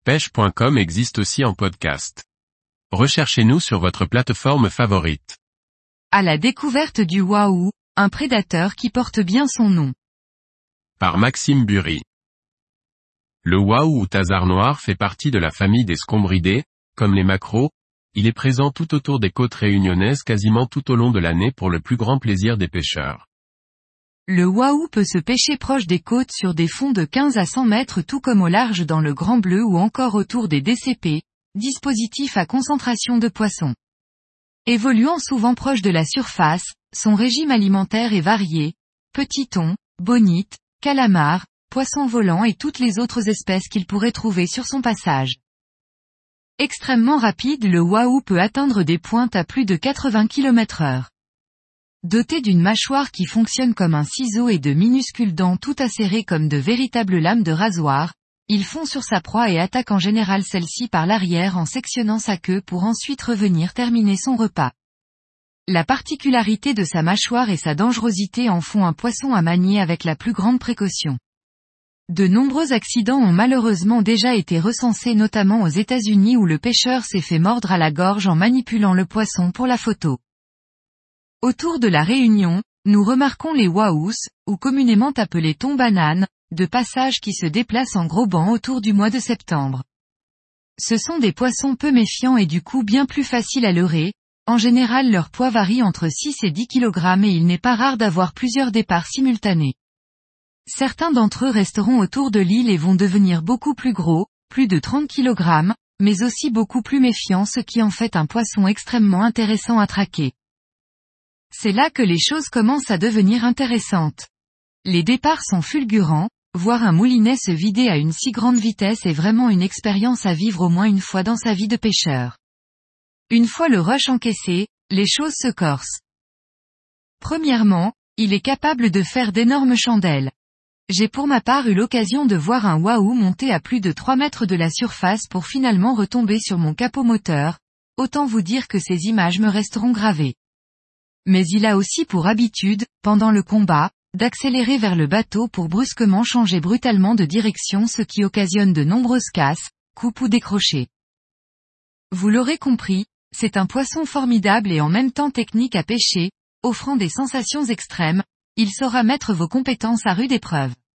pêche.com existe aussi en podcast. Recherchez-nous sur votre plateforme favorite. À la découverte du wahoo, un prédateur qui porte bien son nom. Par Maxime Bury. Le wahoo ou thasard noir fait partie de la famille des scombridés, comme les maquereaux. Il est présent tout autour des côtes réunionnaises quasiment tout au long de l'année pour le plus grand plaisir des pêcheurs. Le wahoo peut se pêcher proche des côtes sur des fonds de 15 à 100 mètres tout comme au large dans le Grand Bleu ou encore autour des DCP, dispositifs à concentration de poissons. Évoluant souvent proche de la surface, son régime alimentaire est varié, petits thons, bonites, calamars, poissons volants et toutes les autres espèces qu'il pourrait trouver sur son passage. Extrêmement rapide, le wahoo peut atteindre des pointes à plus de 80 km/h. Doté d'une mâchoire qui fonctionne comme un ciseau et de minuscules dents tout acérées comme de véritables lames de rasoir, il fond sur sa proie et attaque en général celle-ci par l'arrière en sectionnant sa queue pour ensuite revenir terminer son repas. La particularité de sa mâchoire et sa dangerosité en font un poisson à manier avec la plus grande précaution. De nombreux accidents ont malheureusement déjà été recensés notamment aux États-Unis où le pêcheur s'est fait mordre à la gorge en manipulant le poisson pour la photo. Autour de la Réunion, nous remarquons les wahoos, ou communément appelés thons bananes, de passage qui se déplacent en gros bancs autour du mois de septembre. Ce sont des poissons peu méfiants et du coup bien plus faciles à leurrer. En général leur poids varie entre 6 et 10 kg et il n'est pas rare d'avoir plusieurs départs simultanés. Certains d'entre eux resteront autour de l'île et vont devenir beaucoup plus gros, plus de 30 kg, mais aussi beaucoup plus méfiants, ce qui en fait un poisson extrêmement intéressant à traquer. C'est là que les choses commencent à devenir intéressantes. Les départs sont fulgurants, voir un moulinet se vider à une si grande vitesse est vraiment une expérience à vivre au moins une fois dans sa vie de pêcheur. Une fois le rush encaissé, les choses se corsent. Premièrement, il est capable de faire d'énormes chandelles. J'ai pour ma part eu l'occasion de voir un wahoo monter à plus de 3 mètres de la surface pour finalement retomber sur mon capot moteur, autant vous dire que ces images me resteront gravées. Mais il a aussi pour habitude, pendant le combat, d'accélérer vers le bateau pour brusquement changer brutalement de direction, ce qui occasionne de nombreuses casses, coupes ou décrochés. Vous l'aurez compris, c'est un poisson formidable et en même temps technique à pêcher, offrant des sensations extrêmes. Il saura mettre vos compétences à rude épreuve.